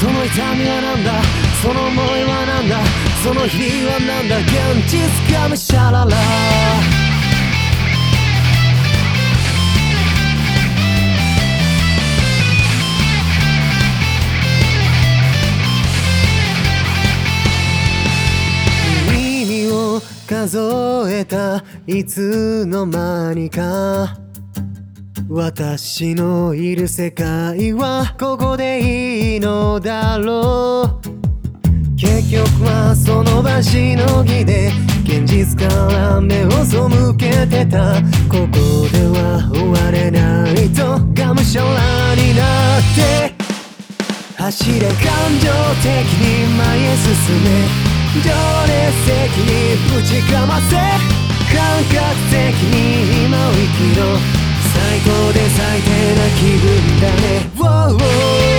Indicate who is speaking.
Speaker 1: その痛みはなんだ、その思いはなんだ、その日々はなんだ、現実がむしゃらら。耳を数えたいつの間にか、私のいる世界はここでいいのだろう。結局はその場しのぎで現実から目を背けてた。ここでは終われないとがむしゃらになって走れ、感情的に前へ進め、情熱的にぶちかませ、感覚的に今を生きろ、最高で最低な気分だね。